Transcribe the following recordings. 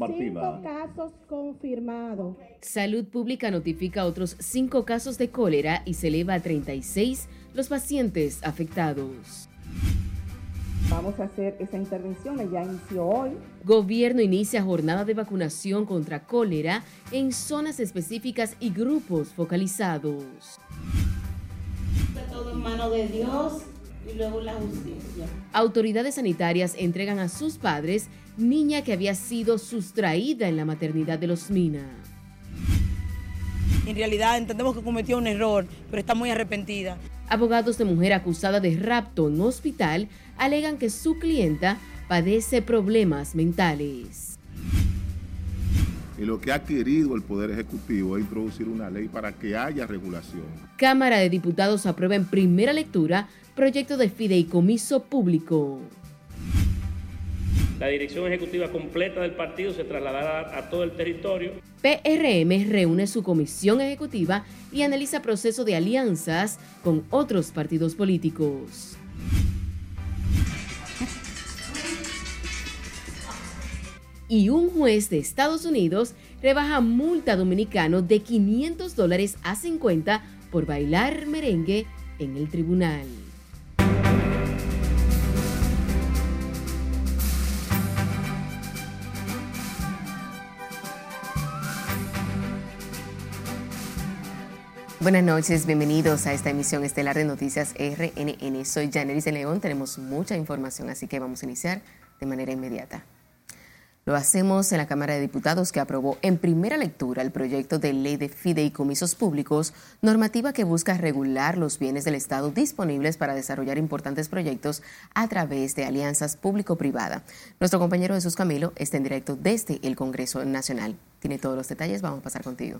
5 casos confirmados. Salud Pública notifica otros 5 casos de cólera y se eleva a 36 los pacientes afectados. Vamos a hacer esa intervención, ya inició hoy. Gobierno inicia jornada de vacunación contra cólera en zonas específicas y grupos focalizados. Todo en manos de Dios y luego la justicia. Autoridades sanitarias entregan a sus padres niña que había sido sustraída en la maternidad de Los Mina. En realidad entendemos que cometió un error, pero está muy arrepentida. Abogados de mujer acusada de rapto en hospital alegan que su clienta padece problemas mentales. Y lo que ha querido el Poder Ejecutivo es introducir una ley para que haya regulación. Cámara de Diputados aprueba en primera lectura proyecto de fideicomiso público. La dirección ejecutiva completa del partido se trasladará a todo el territorio. PRM reúne su comisión ejecutiva y analiza proceso de alianzas con otros partidos políticos. Y un juez de Estados Unidos rebaja multa a dominicano de $500 a 50 por bailar merengue en el tribunal. Buenas noches, bienvenidos a esta emisión estelar de Noticias RNN. Soy Yaneris de León, tenemos mucha información, así que vamos a iniciar de manera inmediata. Lo hacemos en la Cámara de Diputados, que aprobó en primera lectura el proyecto de ley de fideicomisos públicos, normativa que busca regular los bienes del Estado disponibles para desarrollar importantes proyectos a través de alianzas público-privada. Nuestro compañero Jesús Camilo está en directo desde el Congreso Nacional. Tiene todos los detalles, vamos a pasar contigo.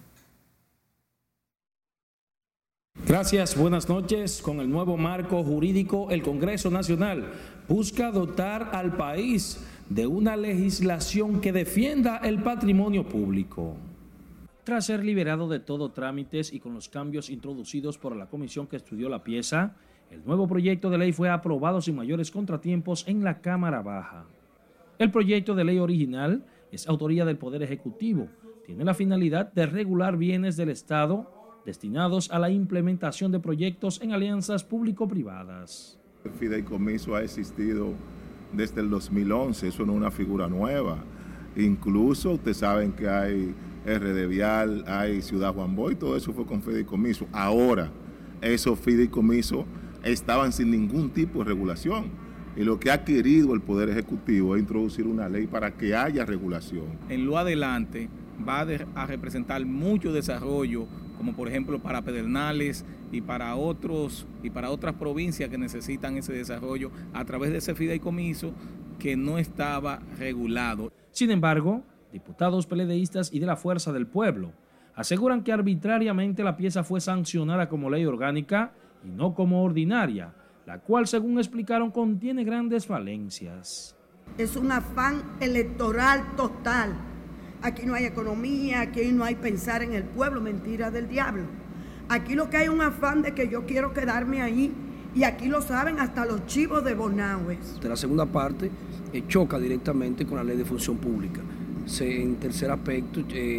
Gracias, buenas noches. Con el nuevo marco jurídico, el Congreso Nacional busca dotar al país de una legislación que defienda el patrimonio público. Tras ser liberado de todo trámites y con los cambios introducidos por la comisión que estudió la pieza, el nuevo proyecto de ley fue aprobado sin mayores contratiempos en la Cámara Baja. El proyecto de ley original es autoría del Poder Ejecutivo. Tiene la finalidad de regular bienes del Estado destinados a la implementación de proyectos en alianzas público-privadas. El fideicomiso ha existido desde el 2011, eso no es una figura nueva. Incluso ustedes saben que hay RD Vial, hay Ciudad Juan Boy, todo eso fue con fideicomiso. Ahora, esos fideicomisos estaban sin ningún tipo de regulación. Y lo que ha querido el Poder Ejecutivo es introducir una ley para que haya regulación. En lo adelante va a representar mucho desarrollo, como por ejemplo para Pedernales y para otras provincias que necesitan ese desarrollo a través de ese fideicomiso que no estaba regulado. Sin embargo, diputados PLDistas y de la Fuerza del Pueblo aseguran que arbitrariamente la pieza fue sancionada como ley orgánica y no como ordinaria, la cual, según explicaron, contiene grandes falencias. Es un afán electoral total. Aquí no hay economía, aquí no hay pensar en el pueblo, mentira del diablo. Aquí lo que hay es un afán de que yo quiero quedarme ahí, y aquí lo saben hasta los chivos de Bonaues. La segunda parte choca directamente con la ley de función pública. En tercer aspecto,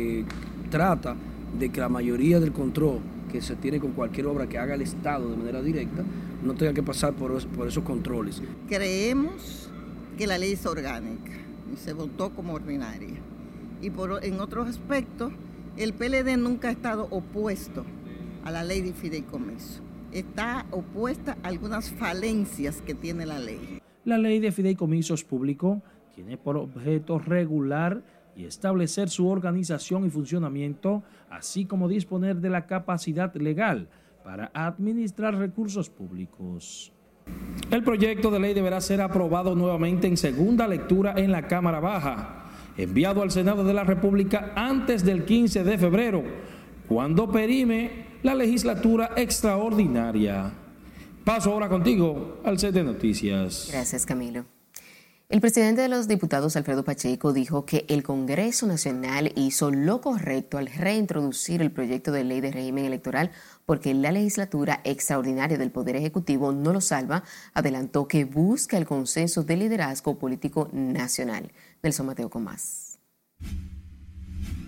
trata de que la mayoría del control que se tiene con cualquier obra que haga el Estado de manera directa no tenga que pasar por esos controles. Creemos que la ley es orgánica y se votó como ordinaria. Y en otros aspectos, el PLD nunca ha estado opuesto a la ley de fideicomiso. Está opuesta a algunas falencias que tiene la ley. La ley de fideicomisos públicos tiene por objeto regular y establecer su organización y funcionamiento, así como disponer de la capacidad legal para administrar recursos públicos. El proyecto de ley deberá ser aprobado nuevamente en segunda lectura en la Cámara Baja, enviado al Senado de la República antes del 15 de febrero, cuando perime la legislatura extraordinaria. Paso ahora contigo al set de noticias. Gracias, Camilo. El presidente de los diputados, Alfredo Pacheco, dijo que el Congreso Nacional hizo lo correcto al reintroducir el proyecto de ley de régimen electoral porque la legislatura extraordinaria del Poder Ejecutivo no lo salva. Adelantó que busca el consenso de liderazgo político nacional. Nelson Mateo con más.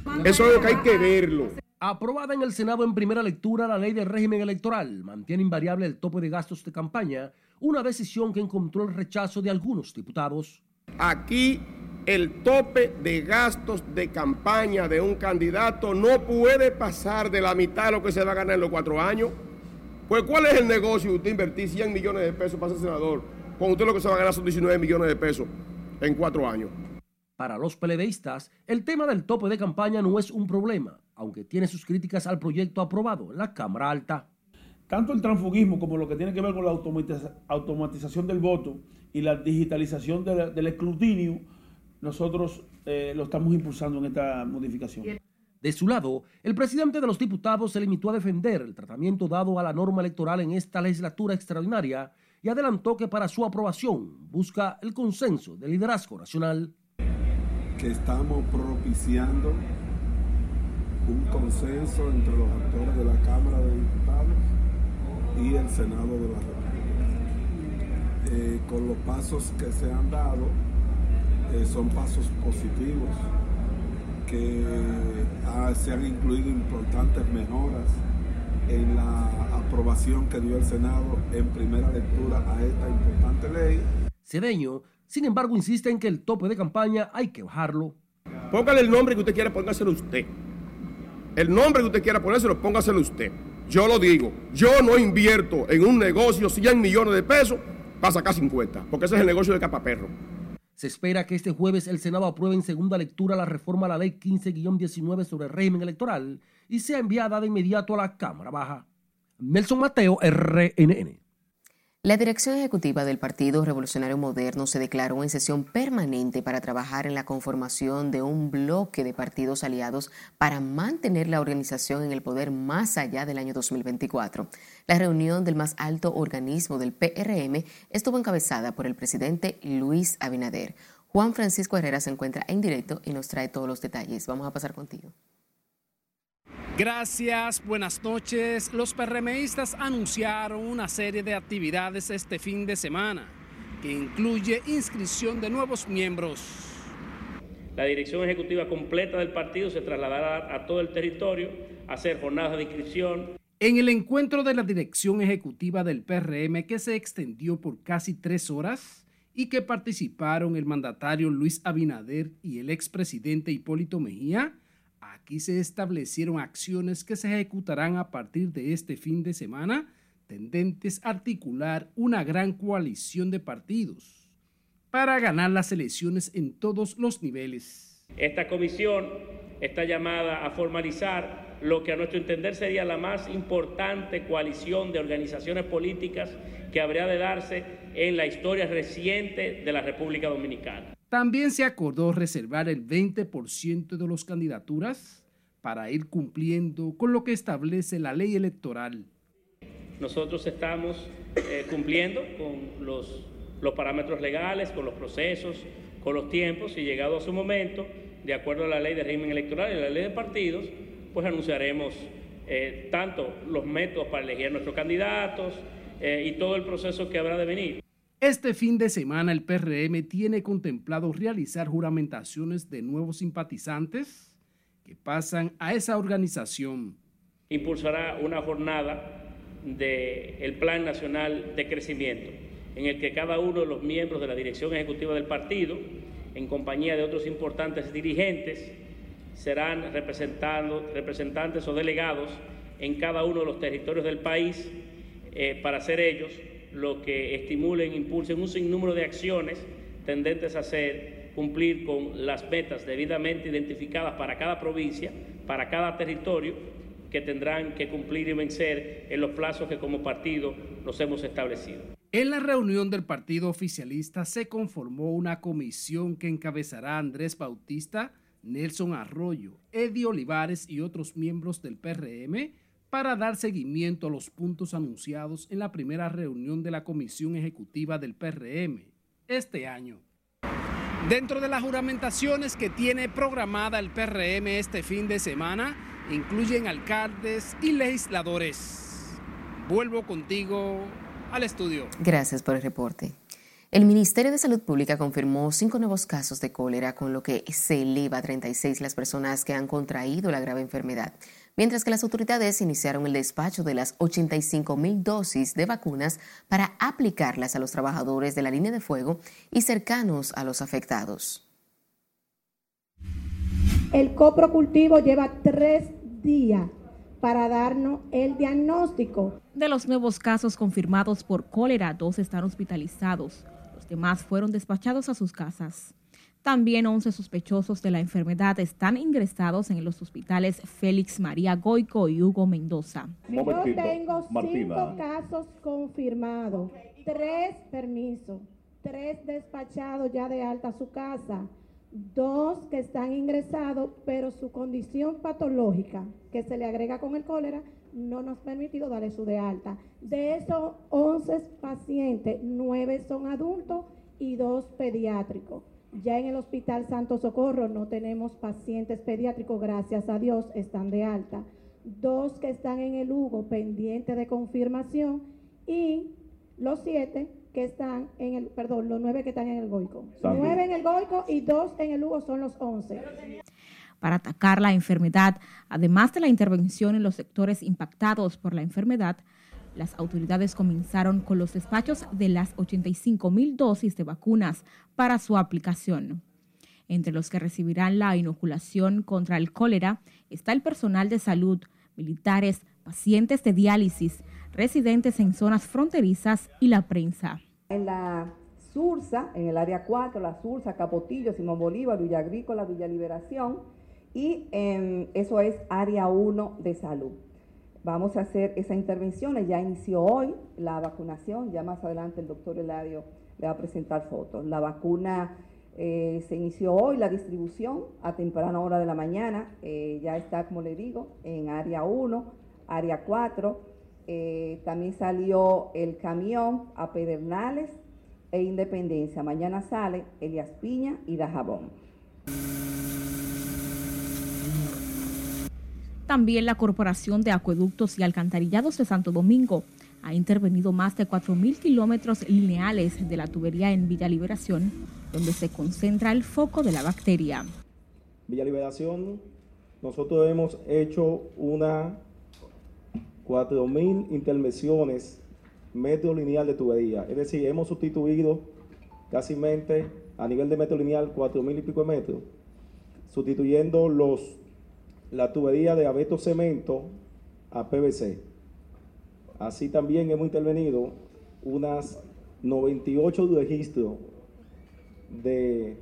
Eso es lo que hay que verlo. Aprobada en el Senado en primera lectura, la ley del régimen electoral mantiene invariable el tope de gastos de campaña, una decisión que encontró el rechazo de algunos diputados. Aquí el tope de gastos de campaña de un candidato no puede pasar de la mitad de lo que se va a ganar en los 4 años. Pues ¿cuál es el negocio de usted invertir 100 millones de pesos para ser senador, cuando usted lo que se va a ganar son 19 millones de pesos en 4 años? Para los PLDistas, el tema del tope de campaña no es un problema, aunque tiene sus críticas al proyecto aprobado en la Cámara Alta. Tanto el transfugismo como lo que tiene que ver con la automatización del voto y la digitalización del escrutinio, nosotros lo estamos impulsando en esta modificación. De su lado, el presidente de los diputados se limitó a defender el tratamiento dado a la norma electoral en esta legislatura extraordinaria y adelantó que para su aprobación busca el consenso del liderazgo nacional. Que estamos propiciando un consenso entre los actores de la Cámara de Diputados y el Senado de la República. Con los pasos que se han dado, son pasos positivos, que se han incluido importantes mejoras en la aprobación que dio el Senado en primera lectura a esta importante ley. Cedeño, sin embargo, insiste en que el tope de campaña hay que bajarlo. Póngale el nombre que usted quiera, póngaselo usted. El nombre que usted quiera ponérselo, póngaselo usted. Yo lo digo, yo no invierto en un negocio 100 millones de pesos para sacar 50, porque ese es el negocio de Capaperro. Se espera que este jueves el Senado apruebe en segunda lectura la reforma a la Ley 15-19 sobre el régimen electoral y sea enviada de inmediato a la Cámara Baja. Nelson Mateo, RNN. La dirección ejecutiva del Partido Revolucionario Moderno se declaró en sesión permanente para trabajar en la conformación de un bloque de partidos aliados para mantener la organización en el poder más allá del año 2024. La reunión del más alto organismo del PRM estuvo encabezada por el presidente Luis Abinader. Juan Francisco Herrera se encuentra en directo y nos trae todos los detalles. Vamos a pasar contigo. Gracias, buenas noches. Los PRMistas anunciaron una serie de actividades este fin de semana, que incluye inscripción de nuevos miembros. La dirección ejecutiva completa del partido se trasladará a todo el territorio a hacer jornadas de inscripción. En el encuentro de la dirección ejecutiva del PRM, que se extendió por casi 3 horas y que participaron el mandatario Luis Abinader y el expresidente Hipólito Mejía, aquí se establecieron acciones que se ejecutarán a partir de este fin de semana, tendentes a articular una gran coalición de partidos para ganar las elecciones en todos los niveles. Esta comisión está llamada a formalizar lo que a nuestro entender sería la más importante coalición de organizaciones políticas que habría de darse en la historia reciente de la República Dominicana. También se acordó reservar el 20% de las candidaturas para ir cumpliendo con lo que establece la ley electoral. Nosotros estamos cumpliendo con los parámetros legales, con los procesos, con los tiempos y llegado a su momento, de acuerdo a la ley de régimen electoral y la ley de partidos, pues anunciaremos tanto los métodos para elegir a nuestros candidatos y todo el proceso que habrá de venir. Este fin de semana el PRM tiene contemplado realizar juramentaciones de nuevos simpatizantes que pasan a esa organización. Impulsará una jornada del Plan Nacional de Crecimiento, en el que cada uno de los miembros de la dirección ejecutiva del partido, en compañía de otros importantes dirigentes, serán representantes o delegados en cada uno de los territorios del país para ser ellos lo que estimulen, impulsen un sinnúmero de acciones tendentes a cumplir con las metas debidamente identificadas para cada provincia, para cada territorio, que tendrán que cumplir y vencer en los plazos que como partido nos hemos establecido. En la reunión del partido oficialista se conformó una comisión que encabezará Andrés Bautista, Nelson Arroyo, Eddie Olivares y otros miembros del PRM para dar seguimiento a los puntos anunciados en la primera reunión de la Comisión Ejecutiva del PRM este año. Dentro de las juramentaciones que tiene programada el PRM este fin de semana, incluyen alcaldes y legisladores. Vuelvo contigo al estudio. Gracias por el reporte. El Ministerio de Salud Pública confirmó 5 nuevos casos de cólera, con lo que se eleva a 36 las personas que han contraído la grave enfermedad, mientras que las autoridades iniciaron el despacho de las 85,000 dosis de vacunas para aplicarlas a los trabajadores de la línea de fuego y cercanos a los afectados. El coprocultivo lleva 3 días para darnos el diagnóstico. De los nuevos casos confirmados por cólera, 2 están hospitalizados. Los demás fueron despachados a sus casas. También 11 sospechosos de la enfermedad están ingresados en los hospitales Félix María Goico y Hugo Mendoza. Yo tengo 5 casos confirmados, 3 despachados ya de alta a su casa, 2 que están ingresados, pero su condición patológica que se le agrega con el cólera no nos ha permitido darle su de alta. De esos 11 pacientes, 9 son adultos y 2 pediátricos. Ya en el Hospital Santo Socorro no tenemos pacientes pediátricos, gracias a Dios, están de alta. 2 que están en el Hugo pendientes de confirmación y los 7 que están en el, los 9 que están en el Goico. 9 en el Goico y 2 en el Hugo son los 11. Para atacar la enfermedad, además de la intervención en los sectores impactados por la enfermedad, las autoridades comenzaron con los despachos de las 85,000 dosis de vacunas para su aplicación. Entre los que recibirán la inoculación contra el cólera está el personal de salud, militares, pacientes de diálisis, residentes en zonas fronterizas y la prensa. En la Sursa, en el área 4, la Sursa, Capotillo, Simón Bolívar, Villa Agrícola, Villa Liberación, y eso es área 1 de salud. Vamos a hacer esa intervención, ya inició hoy la vacunación, ya más adelante el doctor Eladio le va a presentar fotos. La vacuna se inició hoy, la distribución a temprana hora de la mañana, ya está, como le digo, en área 1, área 4, también salió el camión a Pedernales e Independencia, mañana sale Elías Piña y Dajabón. También la Corporación de Acueductos y Alcantarillados de Santo Domingo ha intervenido más de 4,000 kilómetros lineales de la tubería en Villa Liberación, donde se concentra el foco de la bacteria. Villa Liberación, nosotros hemos hecho 4,000 intervenciones metro lineal de tubería, es decir, hemos sustituido casi a nivel de metro lineal 4,000 y pico de metros, sustituyendo la tubería de abeto cemento a PVC. Así también hemos intervenido unas 98 registros de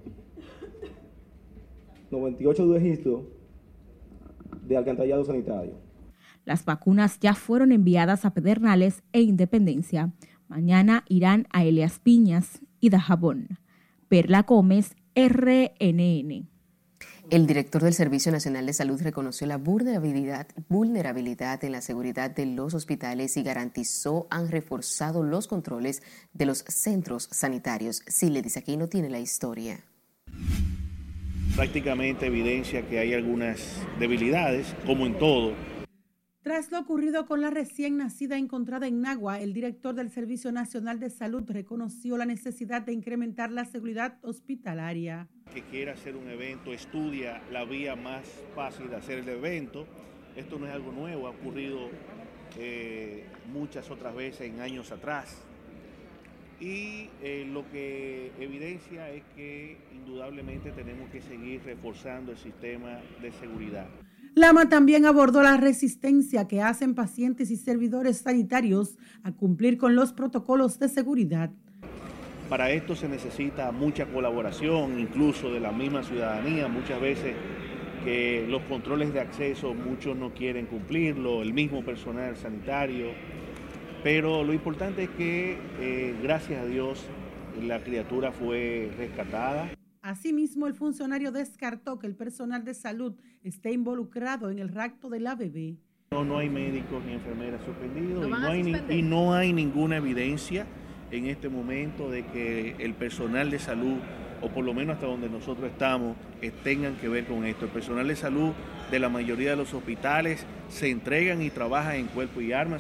alcantarillado sanitario. Las vacunas ya fueron enviadas a Pedernales e Independencia. Mañana irán a Elías Piñas y Dajabón. Perla Gómez, RNN. El director del Servicio Nacional de Salud reconoció la vulnerabilidad en la seguridad de los hospitales y garantizó han reforzado los controles de los centros sanitarios. Siledis Aquino tiene la historia. Prácticamente evidencia que hay algunas debilidades, como en todo. Tras lo ocurrido con la recién nacida encontrada en Nagua, el director del Servicio Nacional de Salud reconoció la necesidad de incrementar la seguridad hospitalaria. Que quiera hacer un evento, estudia la vía más fácil de hacer el evento. Esto no es algo nuevo, ha ocurrido muchas otras veces en años atrás. Y lo que evidencia es que indudablemente tenemos que seguir reforzando el sistema de seguridad. Lama también abordó la resistencia que hacen pacientes y servidores sanitarios a cumplir con los protocolos de seguridad. Para esto se necesita mucha colaboración, incluso de la misma ciudadanía. Muchas veces que los controles de acceso muchos no quieren cumplirlo, el mismo personal sanitario. Pero lo importante es que, gracias a Dios, la criatura fue rescatada. Asimismo, el funcionario descartó que el personal de salud esté involucrado en el rapto de la bebé. No hay médicos ni enfermeras suspendidos y no hay ninguna evidencia en este momento de que el personal de salud, o por lo menos hasta donde nosotros estamos, tengan que ver con esto. El personal de salud de la mayoría de los hospitales se entregan y trabajan en cuerpo y armas.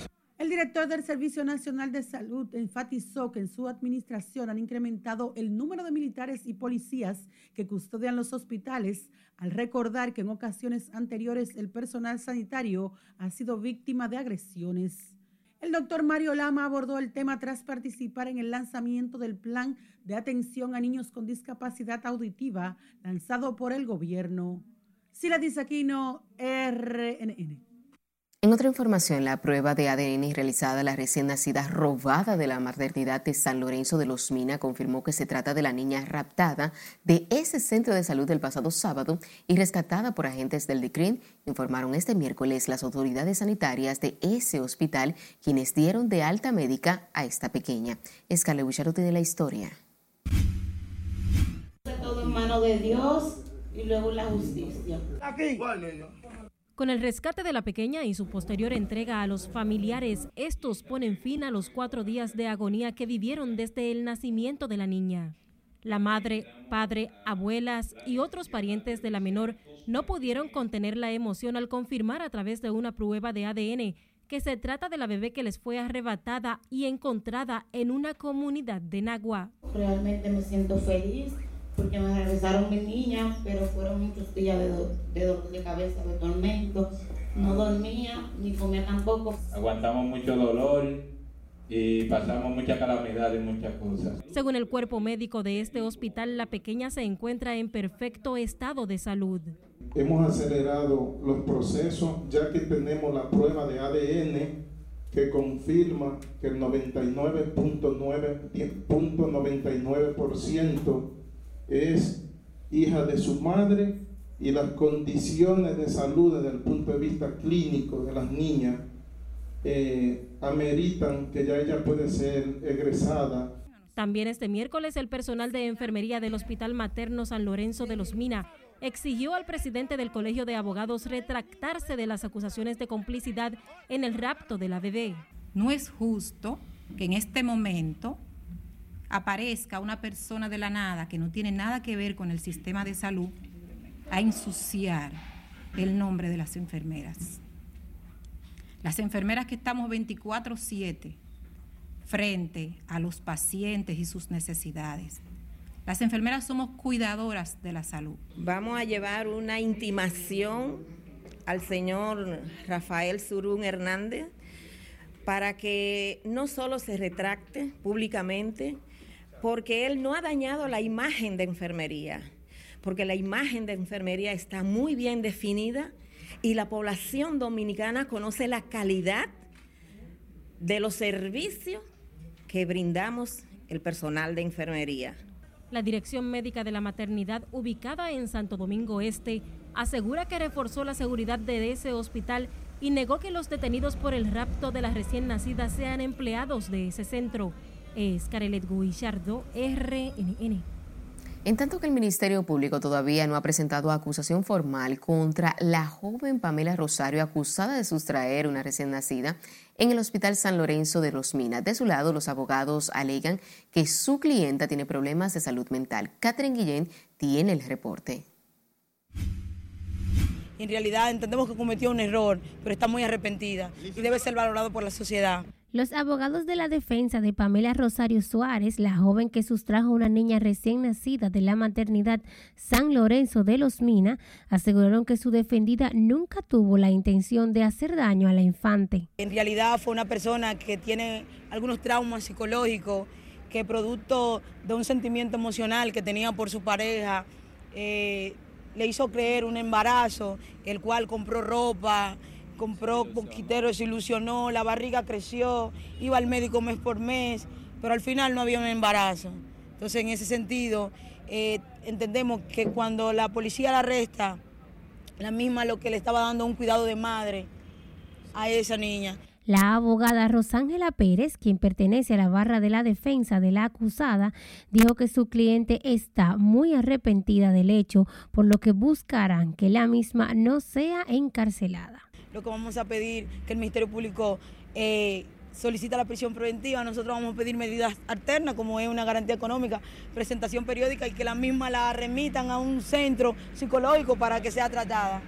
El director del Servicio Nacional de Salud enfatizó que en su administración han incrementado el número de militares y policías que custodian los hospitales, al recordar que en ocasiones anteriores el personal sanitario ha sido víctima de agresiones. El doctor Mario Lama abordó el tema tras participar en el lanzamiento del Plan de Atención a Niños con Discapacidad Auditiva lanzado por el gobierno. Sila Disaquino, RNN. En otra información, la prueba de ADN realizada a la recién nacida robada de la maternidad de San Lorenzo de los Minas confirmó que se trata de la niña raptada de ese centro de salud el pasado sábado y rescatada por agentes del DICRIN, informaron este miércoles las autoridades sanitarias de ese hospital, quienes dieron de alta médica a esta pequeña. Escale Huicharo tiene la historia. Todo en manos de Dios y luego la justicia. Aquí. Con el rescate de la pequeña y su posterior entrega a los familiares, estos ponen fin a los 4 días de agonía que vivieron desde el nacimiento de la niña. La madre, padre, abuelas y otros parientes de la menor no pudieron contener la emoción al confirmar a través de una prueba de ADN que se trata de la bebé que les fue arrebatada y encontrada en una comunidad de Nagua. Realmente me siento feliz porque me regresaron mi niña, pero fueron muchos días de dolor de cabeza, de tormento. No dormía ni comía tampoco. Aguantamos mucho dolor y pasamos mucha calamidad y muchas cosas. Según el cuerpo médico de este hospital, la pequeña se encuentra en perfecto estado de salud. Hemos acelerado los procesos ya que tenemos la prueba de ADN que confirma que el 99.99% es hija de su madre y las condiciones de salud desde el punto de vista clínico de las niñas ameritan que ya ella puede ser egresada. También este miércoles el personal de enfermería del Hospital Materno San Lorenzo de los Minas exigió al presidente del Colegio de Abogados retractarse de las acusaciones de complicidad en el rapto de la bebé. No es justo que en este momento aparezca una persona de la nada que no tiene nada que ver con el sistema de salud a ensuciar el nombre de las enfermeras. Las enfermeras que estamos 24/7 frente a los pacientes y sus necesidades. Las enfermeras somos cuidadoras de la salud. Vamos a llevar una intimación al señor Rafael Surún Hernández para que no solo se retracte públicamente, porque él no ha dañado la imagen de enfermería, porque la imagen de enfermería está muy bien definida y la población dominicana conoce la calidad de los servicios que brindamos el personal de enfermería. La Dirección Médica de la Maternidad, ubicada en Santo Domingo Este, asegura que reforzó la seguridad de ese hospital y negó que los detenidos por el rapto de las recién nacidas sean empleados de ese centro. Es Carelet Guillardo, RNN. En tanto que el Ministerio Público todavía no ha presentado acusación formal contra la joven Pamela Rosario acusada de sustraer una recién nacida en el Hospital San Lorenzo de los Minas. De su lado, los abogados alegan que su clienta tiene problemas de salud mental. Catherine Guillén tiene el reporte. En realidad entendemos que cometió un error, pero está muy arrepentida y debe ser valorado por la sociedad. Los abogados de la defensa de Pamela Rosario Suárez, la joven que sustrajo a una niña recién nacida de la maternidad San Lorenzo de los Minas, aseguraron que su defendida nunca tuvo la intención de hacer daño a la infante. En realidad fue una persona que tiene algunos traumas psicológicos, que producto de un sentimiento emocional que tenía por su pareja, le hizo creer un embarazo, el cual compró ropa, compró poquitero, se ilusionó, la barriga creció, iba al médico mes por mes, pero al final no había un embarazo. Entonces, en ese sentido, entendemos que cuando la policía la arresta, la misma lo que le estaba dando un cuidado de madre a esa niña. La abogada Rosángela Pérez, quien pertenece a la barra de la defensa de la acusada, dijo que su cliente está muy arrepentida del hecho, por lo que buscarán que la misma no sea encarcelada. Lo que vamos a pedir, que el Ministerio Público solicita la prisión preventiva, nosotros vamos a pedir medidas alternas, como es una garantía económica, presentación periódica y que la misma la remitan a un centro psicológico para que sea tratada.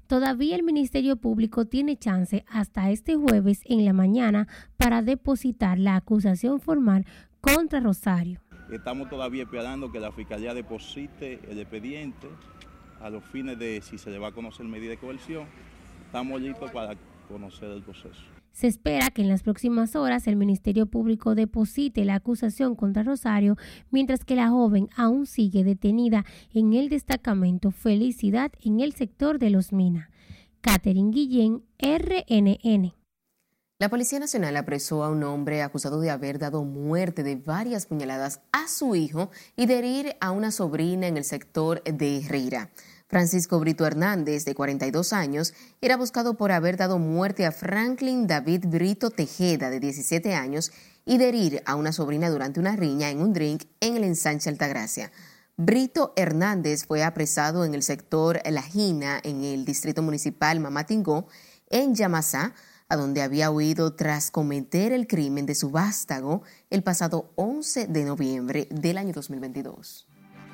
todavía el Ministerio Público tiene chance hasta este jueves en la mañana para depositar la acusación formal contra Rosario. Estamos todavía esperando que la Fiscalía deposite el expediente a los fines de si se le va a conocer medida de coerción. Estamos listos para conocer el proceso. Se espera que en las próximas horas el Ministerio Público deposite la acusación contra Rosario, mientras que la joven aún sigue detenida en el destacamento Felicidad en el sector de Los Minas. Catherine Guillén, RNN. La Policía Nacional apresó a un hombre acusado de haber dado muerte de varias puñaladas a su hijo y de herir a una sobrina en el sector de Herrera. Francisco Brito Hernández, de 42 años, era buscado por haber dado muerte a Franklin David Brito Tejeda, de 17 años, y de herir a una sobrina durante una riña en un drink en el ensanche Altagracia. Brito Hernández fue apresado en el sector La Gina, en el distrito municipal Mamatingó, en Yamasá, a donde había huido tras cometer el crimen de su vástago el pasado 11 de noviembre del año 2022.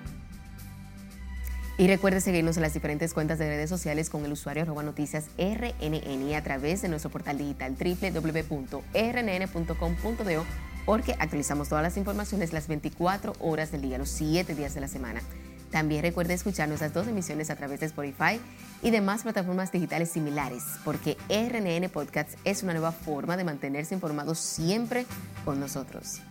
Y recuerde seguirnos en las diferentes cuentas de redes sociales con el usuario @noticiasrnn y a través de nuestro portal digital www.rnn.com.do, porque actualizamos todas las informaciones las 24 horas del día, los 7 días de la semana. También recuerde escuchar nuestras 2 emisiones a través de Spotify y demás plataformas digitales similares, porque RNN Podcast es una nueva forma de mantenerse informados siempre con nosotros.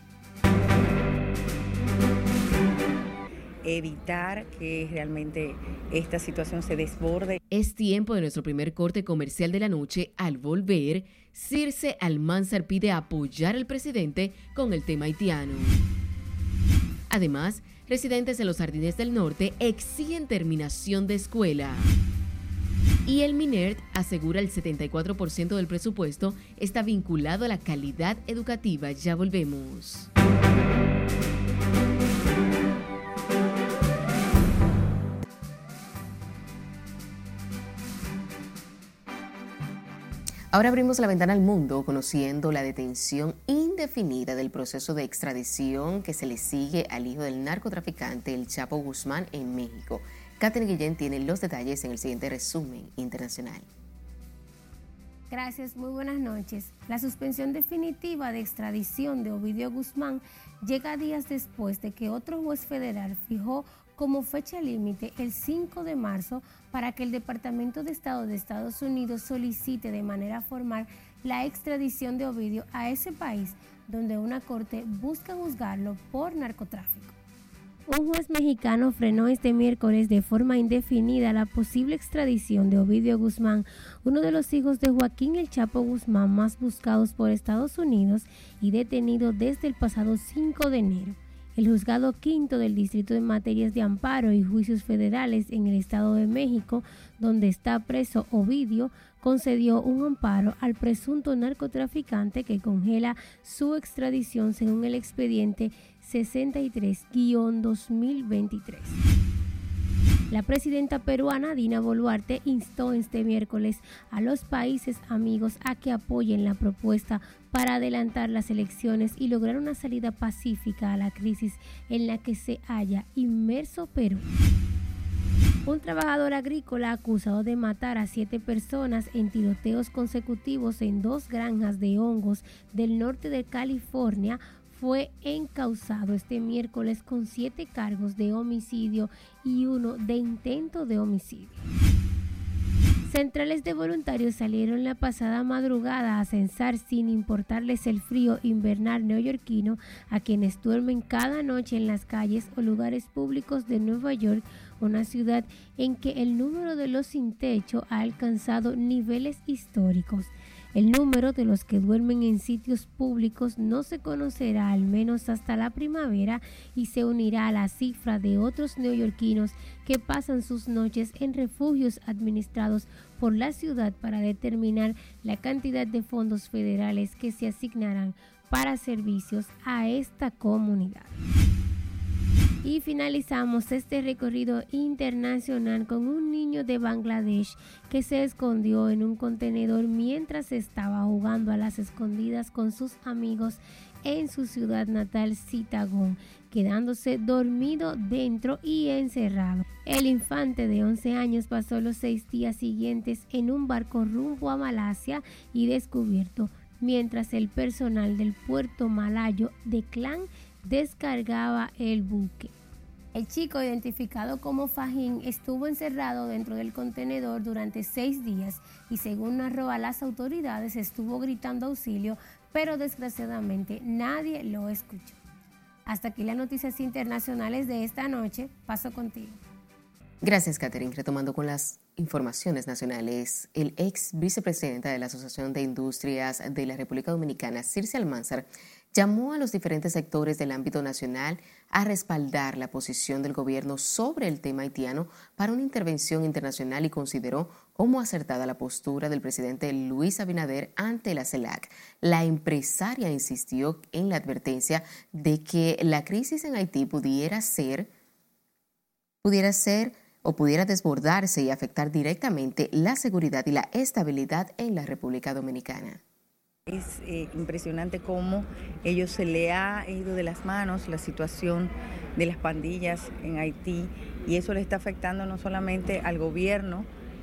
Evitar que realmente esta situación se desborde. Es tiempo de nuestro primer corte comercial de la noche. Al volver, Circe Almanzar pide apoyar al presidente con el tema haitiano. Además, residentes de los Jardines del Norte exigen terminación de escuela. Y el MINERT asegura el 74% del presupuesto está vinculado a la calidad educativa. Ya volvemos. Ahora abrimos la ventana al mundo conociendo la detención indefinida del proceso de extradición que se le sigue al hijo del narcotraficante El Chapo Guzmán en México. Catherine Guillén tiene los detalles en el siguiente resumen internacional. Gracias, muy buenas noches. La suspensión definitiva de extradición de Ovidio Guzmán llega días después de que otro juez federal fijó como fecha límite el 5 de marzo para que el Departamento de Estado de Estados Unidos solicite de manera formal la extradición de Ovidio a ese país, donde una corte busca juzgarlo por narcotráfico. Un juez mexicano frenó este miércoles de forma indefinida la posible extradición de Ovidio Guzmán, uno de los hijos de Joaquín El Chapo Guzmán más buscados por Estados Unidos y detenido desde el pasado 5 de enero. El juzgado quinto del Distrito de Materias de Amparo y Juicios Federales en el Estado de México, donde está preso Ovidio, concedió un amparo al presunto narcotraficante que congela su extradición según el expediente 63-2023. La presidenta peruana Dina Boluarte instó este miércoles a los países amigos a que apoyen la propuesta para adelantar las elecciones y lograr una salida pacífica a la crisis en la que se halla inmerso Perú. Un trabajador agrícola acusado de matar a 7 personas en tiroteos consecutivos en 2 granjas de hongos del norte de California fue encausado este miércoles con 7 cargos de homicidio y 1 de intento de homicidio. Centrales de voluntarios salieron la pasada madrugada a censar sin importarles el frío invernal neoyorquino a quienes duermen cada noche en las calles o lugares públicos de Nueva York, una ciudad en que el número de los sin techo ha alcanzado niveles históricos. El número de los que duermen en sitios públicos no se conocerá al menos hasta la primavera y se unirá a la cifra de otros neoyorquinos que pasan sus noches en refugios administrados por la ciudad para determinar la cantidad de fondos federales que se asignarán para servicios a esta comunidad. Y finalizamos este recorrido internacional con un niño de Bangladesh que se escondió en un contenedor mientras estaba jugando a las escondidas con sus amigos en su ciudad natal, Chittagong. quedándose dormido dentro y encerrado. El infante de 11 años pasó los 6 días siguientes en un barco rumbo a Malasia y descubierto, mientras el personal del puerto malayo de Klang descargaba el buque. El chico, identificado como Fahim, estuvo encerrado dentro del contenedor durante 6 días y, según narró a las autoridades, estuvo gritando auxilio, pero desgraciadamente nadie lo escuchó. Hasta aquí las noticias internacionales de esta noche. Paso contigo. Gracias, Catherine. Retomando con las informaciones nacionales, el ex vicepresidenta de la Asociación de Industrias de la República Dominicana, Circe Almanzar, llamó a los diferentes sectores del ámbito nacional a respaldar la posición del gobierno sobre el tema haitiano para una intervención internacional y consideró como acertada la postura del presidente Luis Abinader ante la CELAC. La empresaria insistió en la advertencia de que la crisis en Haití pudiera desbordarse y afectar directamente la seguridad y la estabilidad en la República Dominicana. Es impresionante cómo ellos se le ha ido de las manos la situación de las pandillas en Haití y eso le está afectando no solamente al gobierno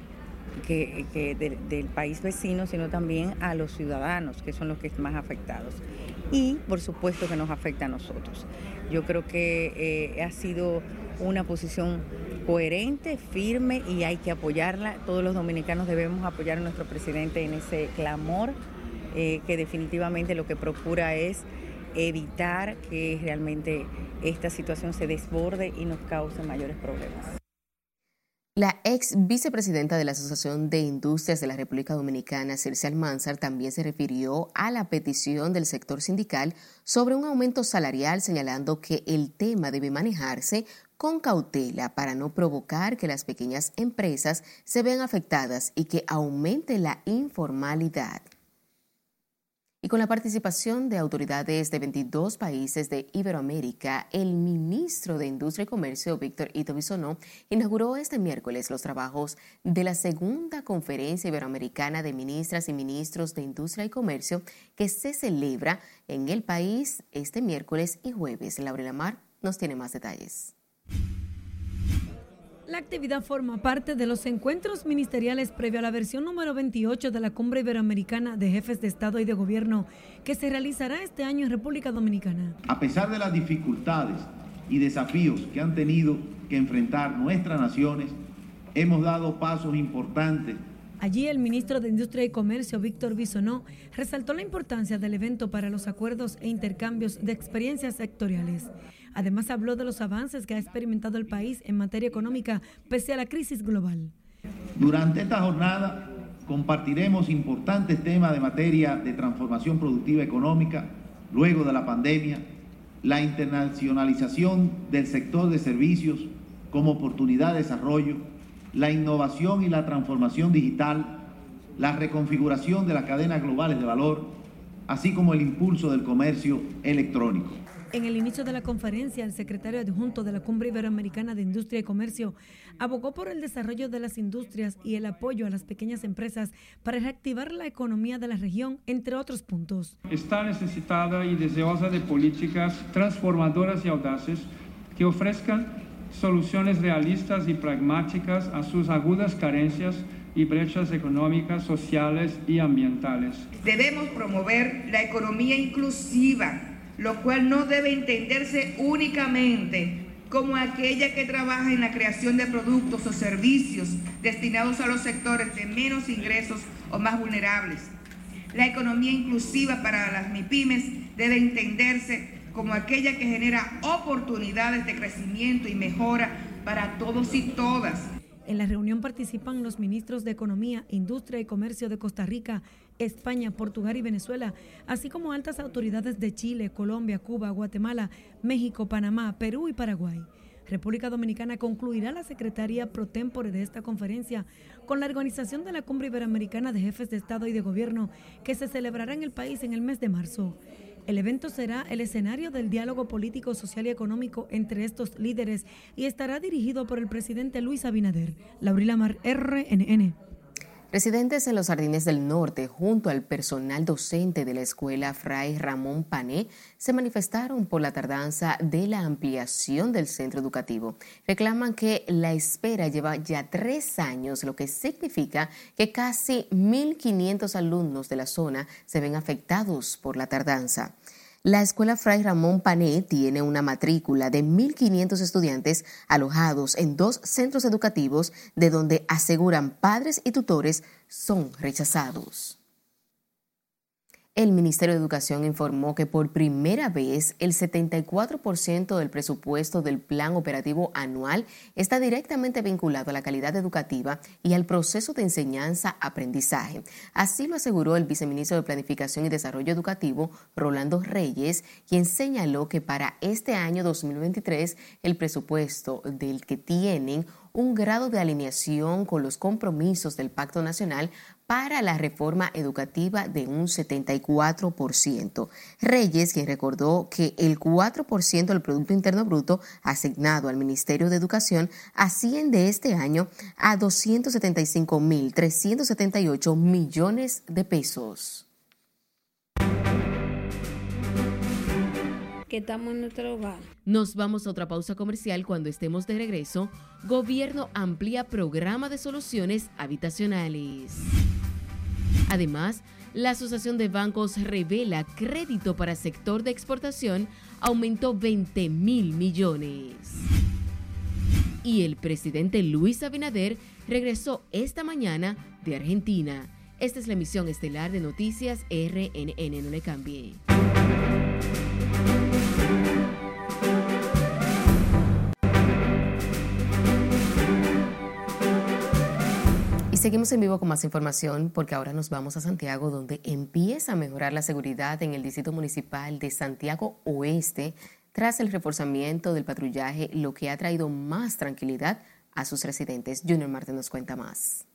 del país vecino, sino también a los ciudadanos, que son los que están más afectados. Y por supuesto que nos afecta a nosotros. Yo creo que ha sido una posición coherente, firme y hay que apoyarla. Todos los dominicanos debemos apoyar a nuestro presidente en ese clamor que definitivamente lo que procura es evitar que realmente esta situación se desborde y nos cause mayores problemas. La ex vicepresidenta de la Asociación de Industrias de la República Dominicana, Circe Almanzar, también se refirió a la petición del sector sindical sobre un aumento salarial, señalando que el tema debe manejarse con cautela para no provocar que las pequeñas empresas se vean afectadas y que aumente la informalidad. Y con la participación de autoridades de 22 países de Iberoamérica, el ministro de Industria y Comercio, Víctor Ito Bisonó, inauguró este miércoles los trabajos de la segunda Conferencia Iberoamericana de Ministras y Ministros de Industria y Comercio, que se celebra en el país este miércoles y jueves. Laura Mar nos tiene más detalles. La actividad forma parte de los encuentros ministeriales previo a la versión número 28 de la Cumbre Iberoamericana de Jefes de Estado y de Gobierno, que se realizará este año en República Dominicana. A pesar de las dificultades y desafíos que han tenido que enfrentar nuestras naciones, hemos dado pasos importantes. Allí el ministro de Industria y Comercio, Víctor Bisonó, resaltó la importancia del evento para los acuerdos e intercambios de experiencias sectoriales. Además, habló de los avances que ha experimentado el país en materia económica pese a la crisis global. Durante esta jornada compartiremos importantes temas de materia de transformación productiva económica luego de la pandemia, la internacionalización del sector de servicios como oportunidad de desarrollo, la innovación y la transformación digital, la reconfiguración de las cadenas globales de valor, así como el impulso del comercio electrónico. En el inicio de la conferencia, el secretario adjunto de la Cumbre Iberoamericana de Industria y Comercio abogó por el desarrollo de las industrias y el apoyo a las pequeñas empresas para reactivar la economía de la región, entre otros puntos. Está necesitada y deseosa de políticas transformadoras y audaces que ofrezcan soluciones realistas y pragmáticas a sus agudas carencias y brechas económicas, sociales y ambientales. Debemos promover la economía inclusiva, lo cual no debe entenderse únicamente como aquella que trabaja en la creación de productos o servicios destinados a los sectores de menos ingresos o más vulnerables. La economía inclusiva para las MIPYMES debe entenderse como aquella que genera oportunidades de crecimiento y mejora para todos y todas. En la reunión participan los ministros de Economía, Industria y Comercio de Costa Rica, España, Portugal y Venezuela, así como altas autoridades de Chile, Colombia, Cuba, Guatemala, México, Panamá, Perú y Paraguay. República Dominicana concluirá la secretaría pro tempore de esta conferencia con la organización de la Cumbre Iberoamericana de Jefes de Estado y de Gobierno, que se celebrará en el país en el mes de marzo. El evento será el escenario del diálogo político, social y económico entre estos líderes y estará dirigido por el presidente Luis Abinader. Laurila Mar, RNN. Residentes en los Jardines del Norte, junto al personal docente de la escuela Fray Ramón Pané, se manifestaron por la tardanza de la ampliación del centro educativo. Reclaman que la espera lleva ya 3 años, lo que significa que casi 1.500 alumnos de la zona se ven afectados por la tardanza. La escuela Fray Ramón Pané tiene una matrícula de 1.500 estudiantes alojados en 2 centros educativos de donde aseguran padres y tutores son rechazados. El Ministerio de Educación informó que por primera vez el 74% del presupuesto del Plan Operativo Anual está directamente vinculado a la calidad educativa y al proceso de enseñanza-aprendizaje. Así lo aseguró el viceministro de Planificación y Desarrollo Educativo, Rolando Reyes, quien señaló que para este año 2023 el presupuesto del que tienen un grado de alineación con los compromisos del Pacto Nacional para la reforma educativa de un 74%. Reyes, quien recordó que el 4% del Producto Interno Bruto asignado al Ministerio de Educación asciende este año a 275.378 millones de pesos. Que estamos en nuestro hogar. Nos vamos a otra pausa comercial. Cuando estemos de regreso, Gobierno amplía programa de soluciones habitacionales. Además, la Asociación de Bancos revela crédito para sector de exportación aumentó 20.000 millones. Y el presidente Luis Abinader regresó esta mañana de Argentina. Esta es la emisión estelar de Noticias RNN. No le cambie. Y seguimos en vivo con más información porque ahora nos vamos a Santiago, donde empieza a mejorar la seguridad en el Distrito Municipal de Santiago Oeste tras el reforzamiento del patrullaje, lo que ha traído más tranquilidad a sus residentes. Junior Marte nos cuenta más.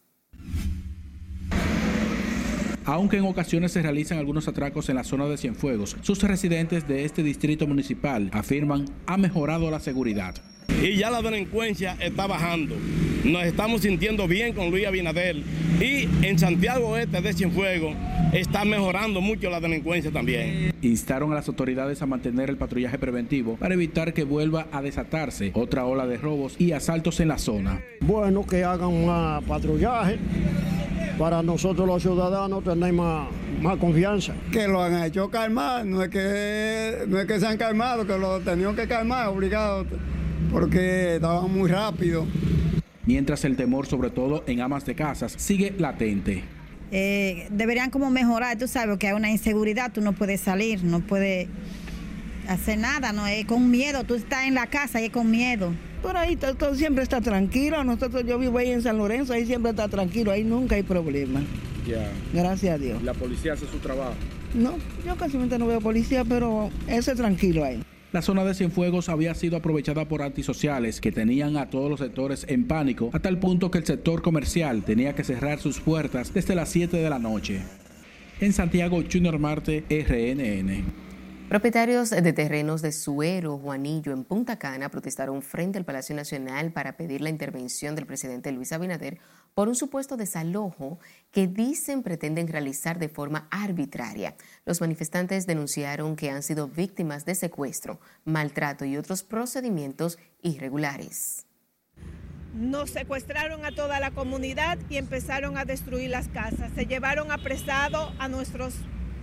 Aunque en ocasiones se realizan algunos atracos en la zona de Cienfuegos, sus residentes de este distrito municipal afirman ha mejorado la seguridad. Y ya la delincuencia está bajando. Nos estamos sintiendo bien con Luis Abinader. Y en Santiago Oeste de Cienfuegos está mejorando mucho la delincuencia también. Instaron a las autoridades a mantener el patrullaje preventivo para evitar que vuelva a desatarse otra ola de robos y asaltos en la zona. Bueno, que hagan más patrullaje para nosotros los ciudadanos tener más confianza. Que lo han hecho calmar, no es que se han calmado, que lo tenían que calmar obligados, porque estaban muy rápido. Mientras el temor, sobre todo en amas de casas, sigue latente. Deberían como mejorar, tú sabes que hay una inseguridad, tú no puedes salir, no puedes hacer nada, no es con miedo, tú estás en la casa y es con miedo. Por ahí todo siempre está tranquilo, yo vivo ahí en San Lorenzo, ahí siempre está tranquilo, ahí nunca hay problema. Ya. Gracias a Dios. ¿La policía hace su trabajo? No, yo casi no veo policía, pero ese es tranquilo ahí. La zona de Cienfuegos había sido aprovechada por antisociales que tenían a todos los sectores en pánico, a tal punto que el sector comercial tenía que cerrar sus puertas desde las 7 de la noche. En Santiago, Junior Marte, RNN. Propietarios de terrenos de Suero, Juanillo, en Punta Cana, protestaron frente al Palacio Nacional para pedir la intervención del presidente Luis Abinader por un supuesto desalojo que dicen pretenden realizar de forma arbitraria. Los manifestantes denunciaron que han sido víctimas de secuestro, maltrato y otros procedimientos irregulares. Nos secuestraron a toda la comunidad y empezaron a destruir las casas. Se llevaron apresado a nuestros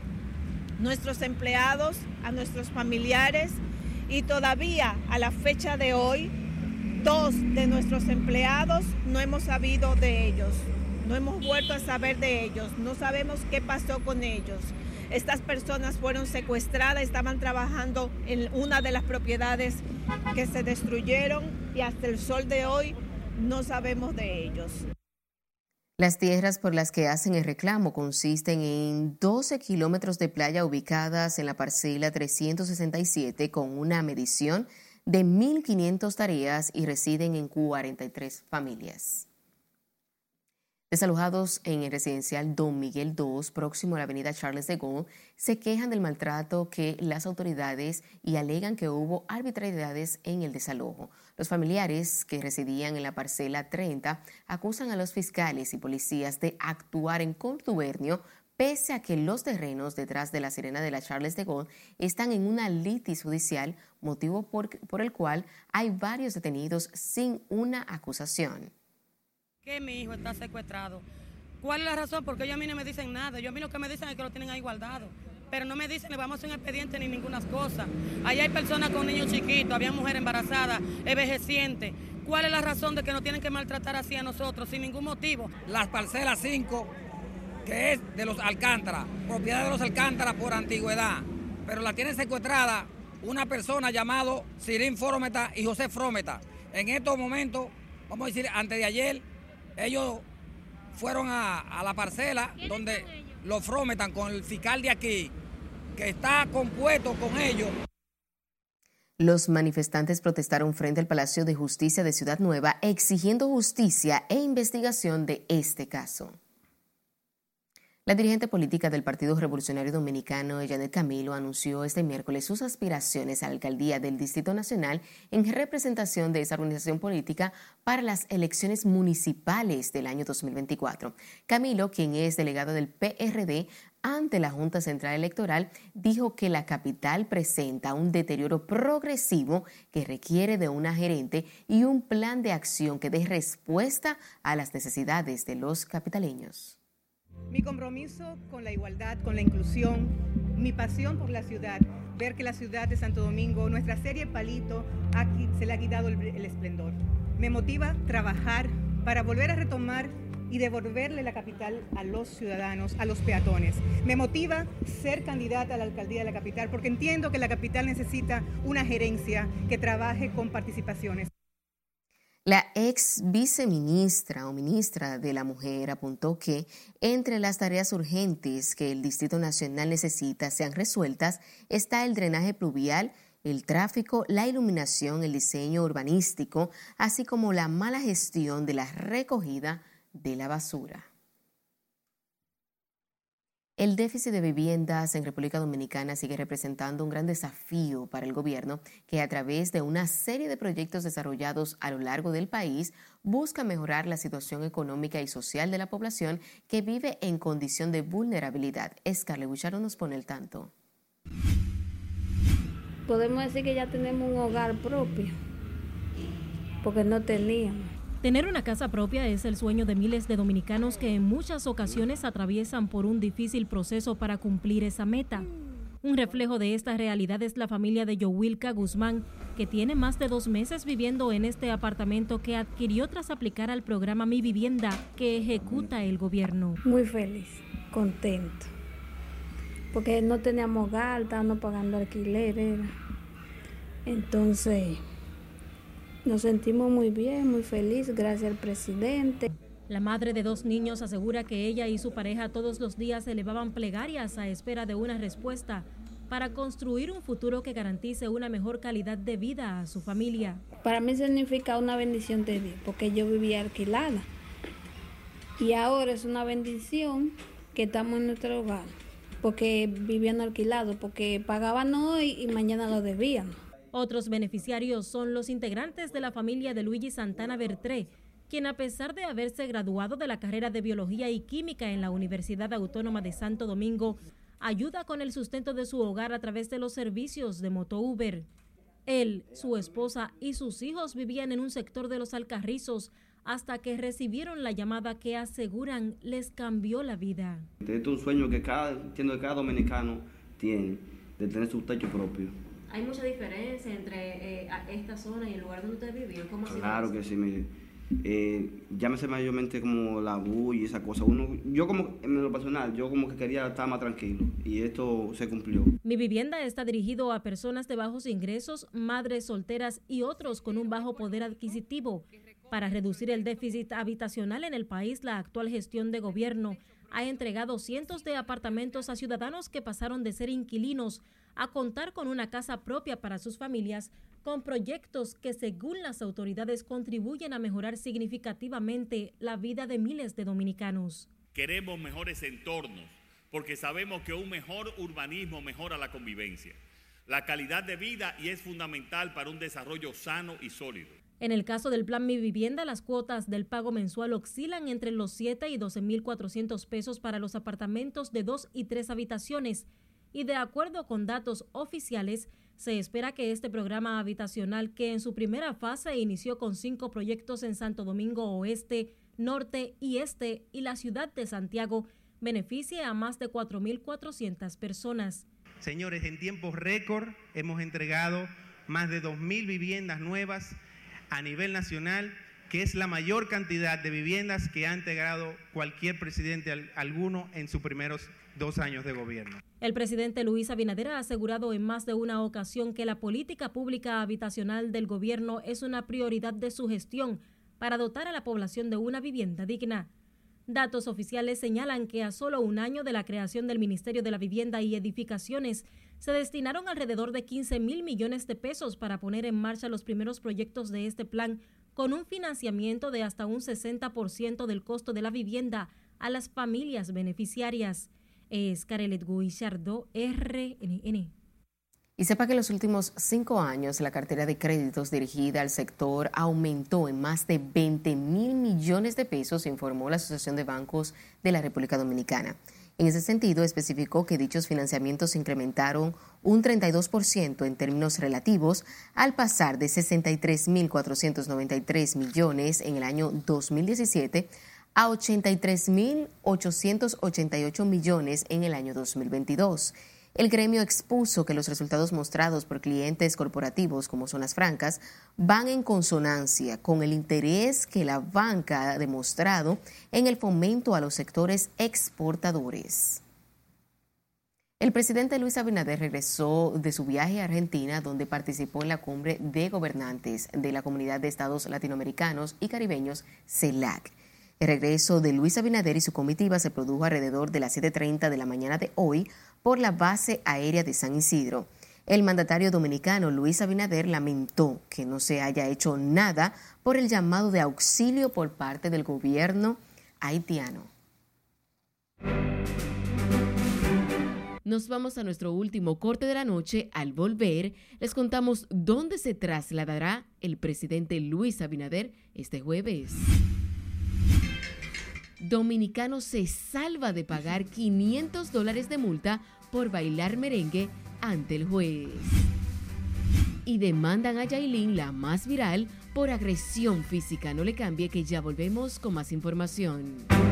empleados, a nuestros familiares, y todavía a la fecha de hoy 2 de nuestros empleados no hemos sabido de ellos, no hemos vuelto a saber de ellos, no sabemos qué pasó con ellos. Estas personas fueron secuestradas, estaban trabajando en una de las propiedades que se destruyeron y hasta el sol de hoy no sabemos de ellos. Las tierras por las que hacen el reclamo consisten en 12 kilómetros de playa ubicadas en la parcela 367 con una medición de 1.500 tareas y residen en 43 familias. Desalojados en el residencial Don Miguel II, próximo a la avenida Charles de Gaulle, se quejan del maltrato que las autoridades y alegan que hubo arbitrariedades en el desalojo. Los familiares que residían en la parcela 30 acusan a los fiscales y policías de actuar en contubernio, pese a que los terrenos detrás de la sirena de la Charles de Gaulle están en una litis judicial, motivo por el cual hay varios detenidos sin una acusación. Que mi hijo está secuestrado. ¿Cuál es la razón? Porque ellos a mí no me dicen nada. A mí lo que me dicen es que lo tienen ahí guardado. Pero no me dicen, le vamos a hacer un expediente ni ninguna cosa. Ahí hay personas con niños chiquitos, había mujeres embarazadas, envejecientes. ¿Cuál es la razón de que nos tienen que maltratar así a nosotros sin ningún motivo? Las parcelas 5, que es de los Alcántara, propiedad de los Alcántara por antigüedad. Pero la tiene secuestrada una persona llamado Sirín Frometa y José Frometa. En estos momentos, vamos a decir, antes de ayer, ellos fueron a la parcela donde los Frometan con el fiscal de aquí, que está compuesto con ellos. Los manifestantes protestaron frente al Palacio de Justicia de Ciudad Nueva exigiendo justicia e investigación de este caso. La dirigente política del Partido Revolucionario Dominicano, Janet Camilo, anunció este miércoles sus aspiraciones a la alcaldía del Distrito Nacional en representación de esa organización política para las elecciones municipales del año 2024. Camilo, quien es delegado del PRD ante la Junta Central Electoral, dijo que la capital presenta un deterioro progresivo que requiere de una gerente y un plan de acción que dé respuesta a las necesidades de los capitaleños. Mi compromiso con la igualdad, con la inclusión, mi pasión por la ciudad, ver que la ciudad de Santo Domingo, nuestra serie Palito, aquí se le ha quitado el esplendor. Me motiva trabajar para volver a retomar y devolverle la capital a los ciudadanos, a los peatones. Me motiva ser candidata a la alcaldía de la capital porque entiendo que la capital necesita una gerencia que trabaje con participaciones. La ex viceministra o ministra de la Mujer apuntó que entre las tareas urgentes que el Distrito Nacional necesita sean resueltas está el drenaje pluvial, el tráfico, la iluminación, el diseño urbanístico, así como la mala gestión de la recogida de la basura. El déficit de viviendas en República Dominicana sigue representando un gran desafío para el gobierno, que a través de una serie de proyectos desarrollados a lo largo del país busca mejorar la situación económica y social de la población que vive en condición de vulnerabilidad. Scarlett Bucharo nos pone el tanto. Podemos decir que ya tenemos un hogar propio, porque no teníamos. Tener una casa propia es el sueño de miles de dominicanos que en muchas ocasiones atraviesan por un difícil proceso para cumplir esa meta. Un reflejo de esta realidad es la familia de Yowilka Guzmán, que tiene más de 2 meses viviendo en este apartamento que adquirió tras aplicar al programa Mi Vivienda que ejecuta el gobierno. Muy feliz, contento, porque no teníamos hogar, estábamos pagando alquiler. Entonces nos sentimos muy bien, muy felices, gracias al presidente. La madre de 2 niños asegura que ella y su pareja todos los días elevaban plegarias a espera de una respuesta para construir un futuro que garantice una mejor calidad de vida a su familia. Para mí significa una bendición de Dios, porque yo vivía alquilada. Y ahora es una bendición que estamos en nuestro hogar, porque vivían alquilados, porque pagaban hoy y mañana lo debían. Otros beneficiarios son los integrantes de la familia de Luigi Santana Bertré, quien a pesar de haberse graduado de la carrera de Biología y Química en la Universidad Autónoma de Santo Domingo, ayuda con el sustento de su hogar a través de los servicios de Motouber. Él, su esposa y sus hijos vivían en un sector de Los Alcarrizos hasta que recibieron la llamada que aseguran les cambió la vida. Este es un sueño que cada dominicano tiene, de tener su techo propio. ¿Hay mucha diferencia entre esta zona y el lugar donde usted vivió? ¿Cómo Claro que sí, mire. Llámese mayormente como la bulla y esa cosa. Yo como, en lo personal, yo como que quería estar más tranquilo y esto se cumplió. Mi Vivienda está dirigido a personas de bajos ingresos, madres solteras y otros con un bajo poder adquisitivo. Para reducir el déficit habitacional en el país, la actual gestión de gobierno ha entregado cientos de apartamentos a ciudadanos que pasaron de ser inquilinos a contar con una casa propia para sus familias, con proyectos que, según las autoridades, contribuyen a mejorar significativamente la vida de miles de dominicanos. Queremos mejores entornos, porque sabemos que un mejor urbanismo mejora la convivencia, la calidad de vida y es fundamental para un desarrollo sano y sólido. En el caso del Plan Mi Vivienda, las cuotas del pago mensual oscilan entre los 7 y 12.400 pesos para los apartamentos de 2 y 3 habitaciones. Y de acuerdo con datos oficiales, se espera que este programa habitacional, que en su primera fase inició con 5 proyectos en Santo Domingo Oeste, Norte y Este y la ciudad de Santiago, beneficie a más de 4.400 personas. Señores, en tiempo récord hemos entregado más de 2.000 viviendas nuevas a nivel nacional, que es la mayor cantidad de viviendas que ha integrado cualquier presidente alguno en sus primeros 2 años de gobierno. El presidente Luis Abinader ha asegurado en más de una ocasión que la política pública habitacional del gobierno es una prioridad de su gestión para dotar a la población de una vivienda digna. Datos oficiales señalan que a solo un año de la creación del Ministerio de la Vivienda y Edificaciones, se destinaron alrededor de 15.000 millones de pesos para poner en marcha los primeros proyectos de este plan, con un financiamiento de hasta un 60% del costo de la vivienda a las familias beneficiarias. Es Carelet Guillardo, RNN. Y sepa que en los últimos 5 años la cartera de créditos dirigida al sector aumentó en más de 20.000 millones de pesos, informó la Asociación de Bancos de la República Dominicana. En ese sentido, especificó que dichos financiamientos se incrementaron un 32% en términos relativos, al pasar de 63.493 millones en el año 2017 a 83.888 millones en el año 2022. El gremio expuso que los resultados mostrados por clientes corporativos, como zonas francas, van en consonancia con el interés que la banca ha demostrado en el fomento a los sectores exportadores. El presidente Luis Abinader regresó de su viaje a Argentina, donde participó en la cumbre de gobernantes de la Comunidad de Estados Latinoamericanos y Caribeños, CELAC. El regreso de Luis Abinader y su comitiva se produjo alrededor de las 7:30 de la mañana de hoy por la base aérea de San Isidro. El mandatario dominicano Luis Abinader lamentó que no se haya hecho nada por el llamado de auxilio por parte del gobierno haitiano. Nos vamos a nuestro último corte de la noche. Al volver, les contamos dónde se trasladará el presidente Luis Abinader este jueves. Dominicano se salva de pagar $500 de multa por bailar merengue ante el juez. Y demandan a Yailin, la más viral, por agresión física. No le cambie, que ya volvemos con más información.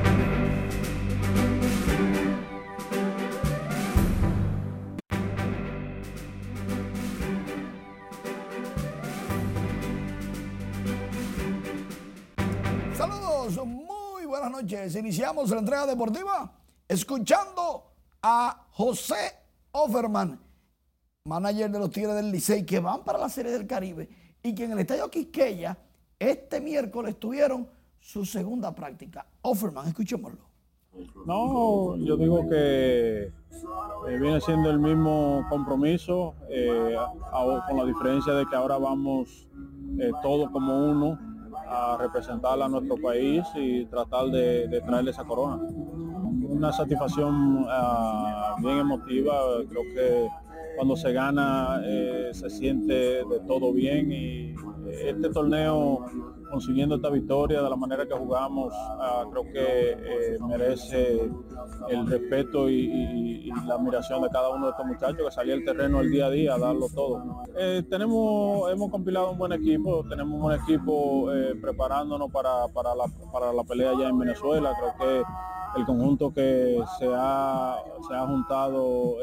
Saludos, buenas noches. Iniciamos la entrega deportiva escuchando a José Offerman, manager de los Tigres del Licey, que van para la Serie del Caribe y que en el Estadio Quisqueya este miércoles tuvieron su segunda práctica. Offerman, escuchémoslo. No, yo digo que viene siendo el mismo compromiso, con la diferencia de que ahora vamos todos como uno a representar a nuestro país y tratar de traerle esa corona. Una satisfacción bien emotiva. Creo que cuando se gana se siente de todo bien, y este torneo, consiguiendo esta victoria de la manera que jugamos, creo que merece el respeto y la admiración de cada uno de estos muchachos que salía al terreno el día a día a darlo todo. Hemos compilado un buen equipo, tenemos un buen equipo preparándonos para la pelea allá en Venezuela. Creo que el conjunto que se ha juntado,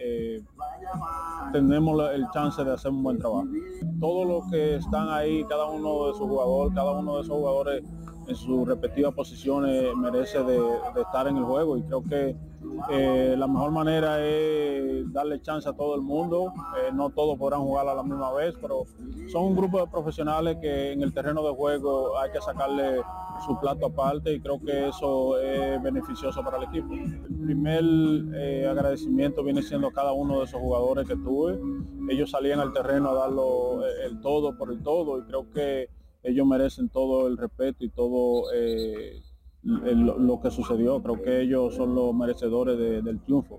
tenemos el chance de hacer un buen trabajo. Todos los que están ahí, cada uno de esos jugadores en sus respectivas posiciones merece de estar en el juego, y creo que la mejor manera es darle chance a todo el mundo. No todos podrán jugar a la misma vez, pero son un grupo de profesionales que en el terreno de juego hay que sacarle su plato aparte y creo que eso es beneficioso para el equipo. El primer agradecimiento viene siendo a cada uno de esos jugadores que tuve. Ellos salían al terreno a darlo el todo por el todo y creo que ellos merecen todo el respeto y todo lo que sucedió. Creo que ellos son los merecedores del triunfo.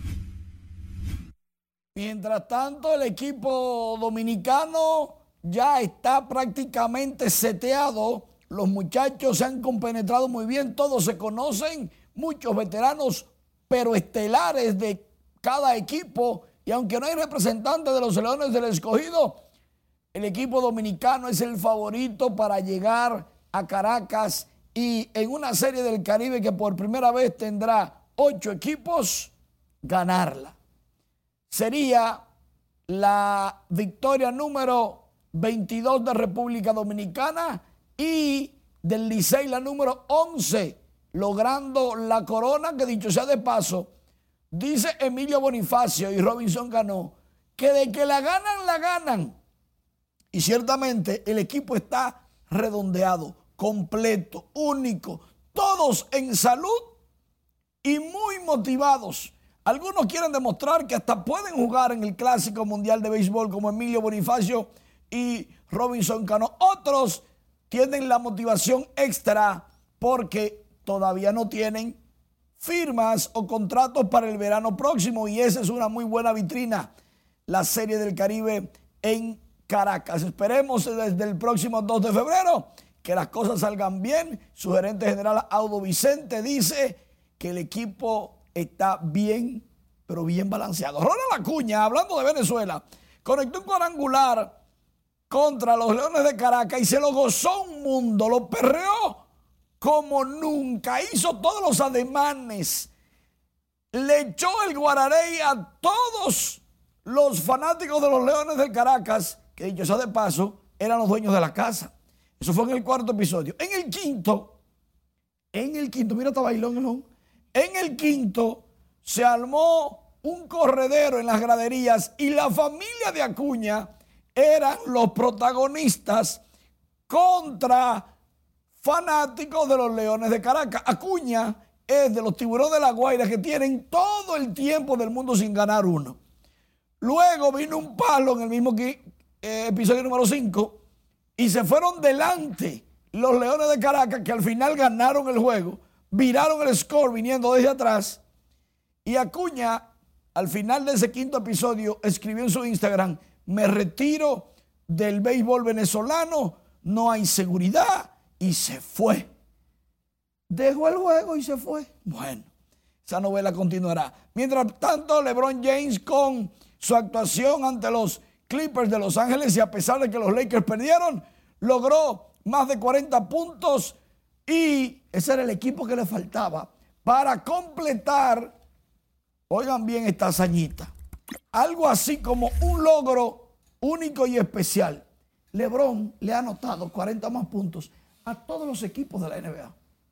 Mientras tanto, el equipo dominicano ya está prácticamente seteado. Los muchachos se han compenetrado muy bien, todos se conocen, muchos veteranos, pero estelares de cada equipo. Y aunque no hay representantes de los Leones del Escogido, el equipo dominicano es el favorito para llegar a Caracas y en una serie del Caribe que por primera vez tendrá 8 equipos, ganarla. Sería la victoria número 22 de República Dominicana y del Licey la número 11, logrando la corona que, dicho sea de paso, dice Emilio Bonifacio y Robinson Cano, que de que la ganan. Y ciertamente el equipo está redondeado, completo, único, todos en salud y muy motivados. Algunos quieren demostrar que hasta pueden jugar en el Clásico Mundial de Béisbol como Emilio Bonifacio y Robinson Cano. Otros tienen la motivación extra porque todavía no tienen firmas o contratos para el verano próximo y esa es una muy buena vitrina, la Serie del Caribe en Caracas. Esperemos desde el próximo 2 de febrero que las cosas salgan bien. Su gerente general Audo Vicente dice que el equipo está bien, pero bien balanceado. Ronald Acuña, hablando de Venezuela, conectó un cuadrangular contra los Leones de Caracas y se lo gozó un mundo, lo perreó como nunca, hizo todos los ademanes, le echó el guararey a todos los fanáticos de los Leones del Caracas, que dicho sea de paso, eran los dueños de la casa. Eso fue en el 4º episodio. En el quinto, mira, está bailón, en el quinto se armó un corredero en las graderías y la familia de Acuña eran los protagonistas contra fanáticos de los Leones de Caracas. Acuña es de los Tiburones de la Guaira que tienen todo el tiempo del mundo sin ganar uno. Luego vino un palo en el mismo episodio número 5 y se fueron delante los Leones de Caracas, que al final ganaron el juego, viraron el score viniendo desde atrás, y Acuña al final de ese 5º episodio escribió en su Instagram: me retiro del béisbol venezolano, no hay seguridad, y se fue. Dejó el juego y se fue. Bueno, esa novela continuará. Mientras tanto, LeBron James, con su actuación ante los Clippers de Los Ángeles, y a pesar de que los Lakers perdieron, logró más de 40 puntos y ese era el equipo que le faltaba para completar, oigan bien esta hazañita, algo así como un logro único y especial. LeBron le ha anotado 40 más puntos a todos los equipos de la NBA,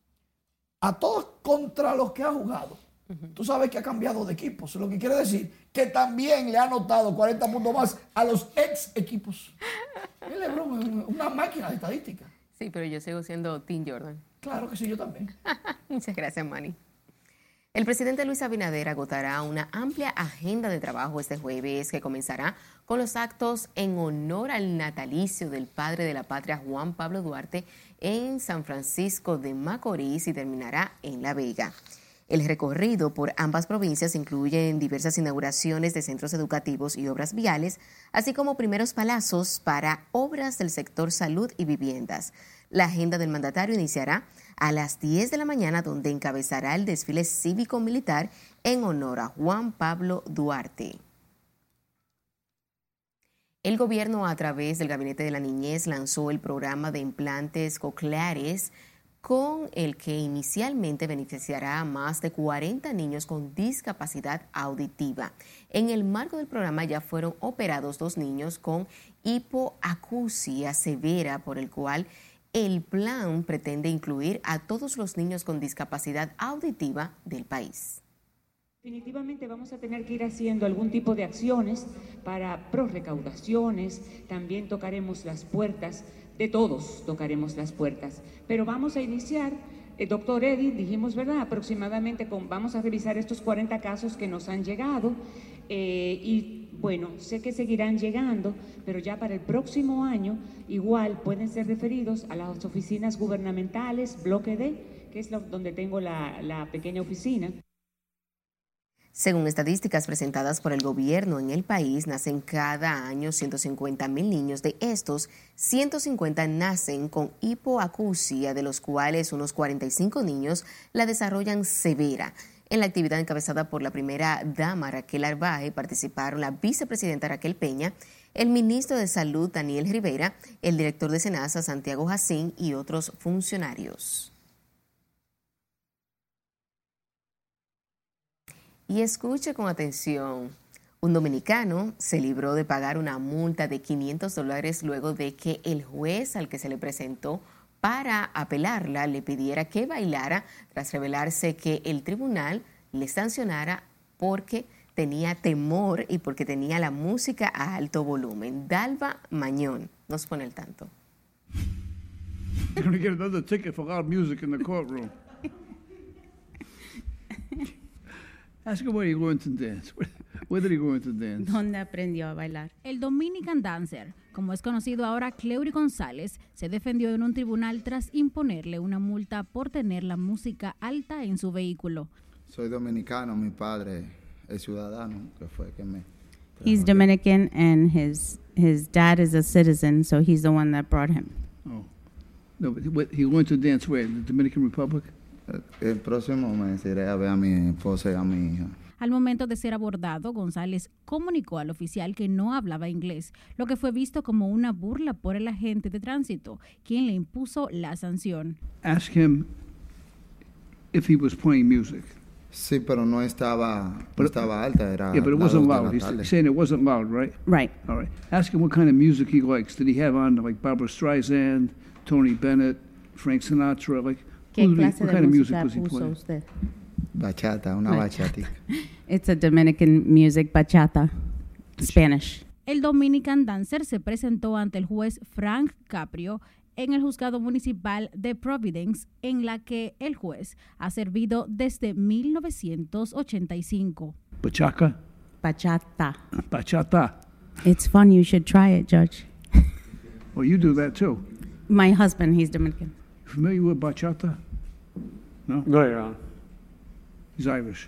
a todos contra los que ha jugado. Tú sabes que ha cambiado de equipos, lo que quiere decir que también le ha anotado 40 puntos más a los ex equipos. El LeBron es una máquina de estadística. Sí, pero yo sigo siendo Team Jordan. Claro que sí, yo también. Muchas gracias, Manny. El presidente Luis Abinader agotará una amplia agenda de trabajo este jueves, que comenzará con los actos en honor al natalicio del padre de la patria, Juan Pablo Duarte, en San Francisco de Macorís, y terminará en La Vega. El recorrido por ambas provincias incluye diversas inauguraciones de centros educativos y obras viales, así como primeros palazos para obras del sector salud y viviendas. La agenda del mandatario iniciará a las 10 de la mañana, donde encabezará el desfile cívico-militar en honor a Juan Pablo Duarte. El gobierno, a través del Gabinete de la Niñez, lanzó el programa de implantes cocleares, con el que inicialmente beneficiará a más de 40 niños con discapacidad auditiva. En el marco del programa ya fueron operados 2 niños con hipoacusia severa, por el cual el plan pretende incluir a todos los niños con discapacidad auditiva del país. Definitivamente vamos a tener que ir haciendo algún tipo de acciones para recaudaciones, también tocaremos las puertas, de todos tocaremos las puertas, pero vamos a iniciar, doctor Eddie, dijimos, ¿verdad? Aproximadamente vamos a revisar estos 40 casos que nos han llegado y bueno, sé que seguirán llegando, pero ya para el próximo año igual pueden ser referidos a las oficinas gubernamentales, bloque D, que es donde tengo la pequeña oficina. Según estadísticas presentadas por el gobierno en el país, nacen cada año 150,000 niños. De estos, 150 nacen con hipoacusia, de los cuales unos 45 niños la desarrollan severa. En la actividad encabezada por la primera dama Raquel Arbaje participaron la vicepresidenta Raquel Peña, el ministro de Salud Daniel Rivera, el director de SENASA Santiago Jacín y otros funcionarios. Y escuche con atención, un dominicano se libró de pagar una multa de $500 luego de que el juez al que se le presentó para apelarla le pidiera que bailara tras revelarse que el tribunal le sancionara porque tenía temor y porque tenía la música a alto volumen. Dalva Mañón nos pone al tanto. You're going to get another ticket for loud music in the courtroom. Ask him where he learned to dance. Where did he learn to dance? ¿Dónde aprendió a bailar? El Dominican Dancer, como es conocido ahora Cleury González, se defendió en un tribunal tras imponerle una multa por tener la música alta en su vehículo. Soy dominicano, mi padre es ciudadano, que fue que me... He's Dominican and his dad is a citizen, so he's the one that brought him. Oh. No, but he learned to dance where? In the Dominican Republic? El próximo mes iré a ver a mi esposa y a mi hija. Al momento de ser abordado, González comunicó al oficial que no hablaba inglés, lo que fue visto como una burla por el agente de tránsito, quien le impuso la sanción. Ask him if he was playing music. Sí, pero no estaba alta, era. Yeah, but it wasn't loud. He's saying it wasn't loud, right? Right. All right. Ask him what kind of music he likes. Did he have on like Barbra Streisand, Tony Bennett, Frank Sinatra, like? ¿Qué clase de música puso usted? Bachata, una bachatica. It's a Dominican music, bachata, Spanish. El Dominican Dancer se presentó ante el juez Frank Caprio en el juzgado municipal de Providence, en la que el juez ha servido desde 1985. Bachata. Bachata. Bachata. It's fun. You should try it, Judge. Well, you do that too. My husband, he's Dominican. Familiar with bachata? No? No, Your Honor. He's Irish.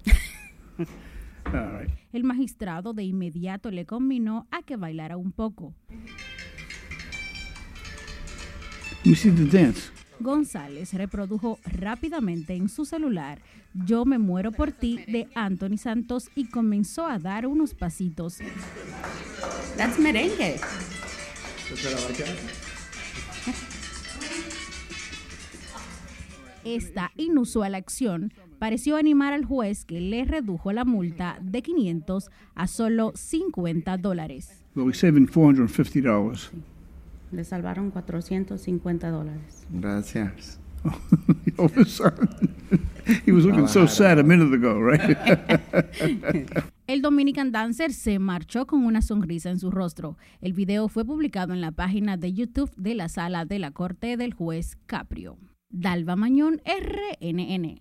All right. El magistrado de inmediato le conminó a que bailara un poco. Let me see the dance. González reprodujo rápidamente en su celular Yo me muero por ti de Anthony Santos y comenzó a dar unos pasitos. That's merengue. Esta inusual acción pareció animar al juez, que le redujo la multa de $500 a solo $50. Well, we saving $450. Le salvaron $450. Gracias. He was looking so sad a minute ago, right? El Dominican Dancer se marchó con una sonrisa en su rostro. El video fue publicado en la página de YouTube de la Sala de la Corte del juez Caprio. Dalva Mañón, RNN.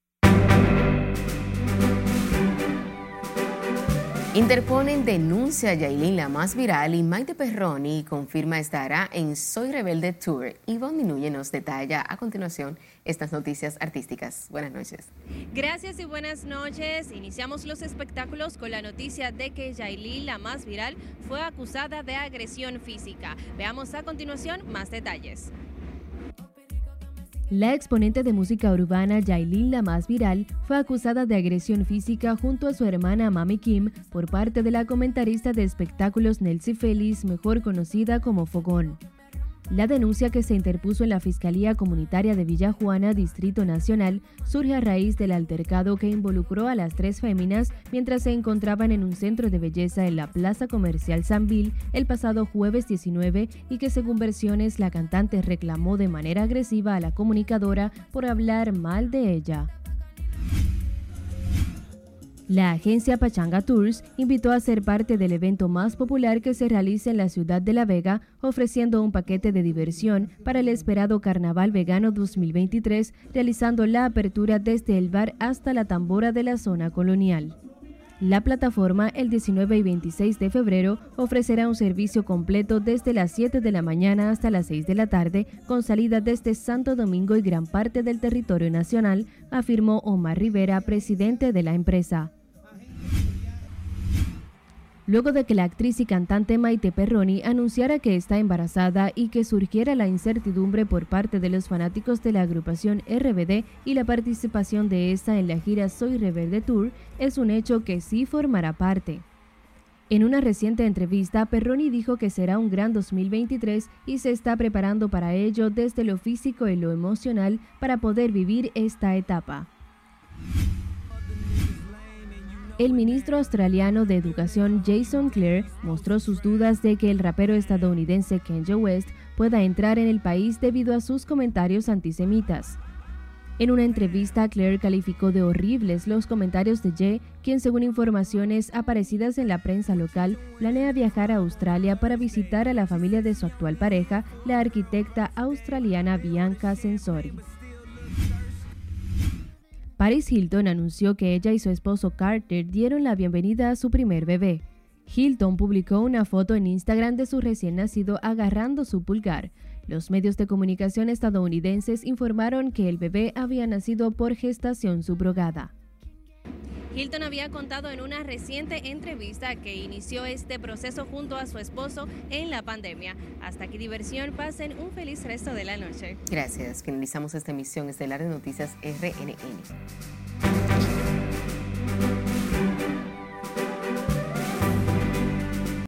Interponen denuncia a Yailin, la más viral, y Maite Perroni confirma estará en Soy Rebelde Tour. Ivonne Núñez nos detalla a continuación estas noticias artísticas. Buenas noches. Gracias y buenas noches. Iniciamos los espectáculos con la noticia de que Yailin, la más viral, fue acusada de agresión física. Veamos a continuación más detalles. La exponente de música urbana Yailin, la más viral, fue acusada de agresión física junto a su hermana Mami Kim por parte de la comentarista de espectáculos Nelcy Félix, mejor conocida como Fogón. La denuncia, que se interpuso en la Fiscalía Comunitaria de Villa Juana, Distrito Nacional, surge a raíz del altercado que involucró a las tres féminas mientras se encontraban en un centro de belleza en la Plaza Comercial Sambil el pasado jueves 19 y que, según versiones, la cantante reclamó de manera agresiva a la comunicadora por hablar mal de ella. La agencia Pachanga Tours invitó a ser parte del evento más popular que se realiza en la ciudad de La Vega, ofreciendo un paquete de diversión para el esperado Carnaval Vegano 2023, realizando la apertura desde el bar hasta la tambora de la zona colonial. La plataforma, el 19 y 26 de febrero, ofrecerá un servicio completo desde las 7 de la mañana hasta las 6 de la tarde, con salida desde Santo Domingo y gran parte del territorio nacional, afirmó Omar Rivera, presidente de la empresa. Luego de que la actriz y cantante Maite Perroni anunciara que está embarazada y que surgiera la incertidumbre por parte de los fanáticos de la agrupación RBD y la participación de esta en la gira Soy Rebelde Tour, es un hecho que sí formará parte. En una reciente entrevista, Perroni dijo que será un gran 2023 y se está preparando para ello desde lo físico y lo emocional para poder vivir esta etapa. El ministro australiano de Educación Jason Clare mostró sus dudas de que el rapero estadounidense Kanye West pueda entrar en el país debido a sus comentarios antisemitas. En una entrevista, Clare calificó de horribles los comentarios de Ye, quien, según informaciones aparecidas en la prensa local, planea viajar a Australia para visitar a la familia de su actual pareja, la arquitecta australiana Bianca Censori. Paris Hilton anunció que ella y su esposo Carter dieron la bienvenida a su primer bebé. Hilton publicó una foto en Instagram de su recién nacido agarrando su pulgar. Los medios de comunicación estadounidenses informaron que el bebé había nacido por gestación subrogada. Hilton había contado en una reciente entrevista que inició este proceso junto a su esposo en la pandemia. Hasta aquí diversión, pasen un feliz resto de la noche. Gracias, finalizamos esta emisión estelar de Noticias RNN.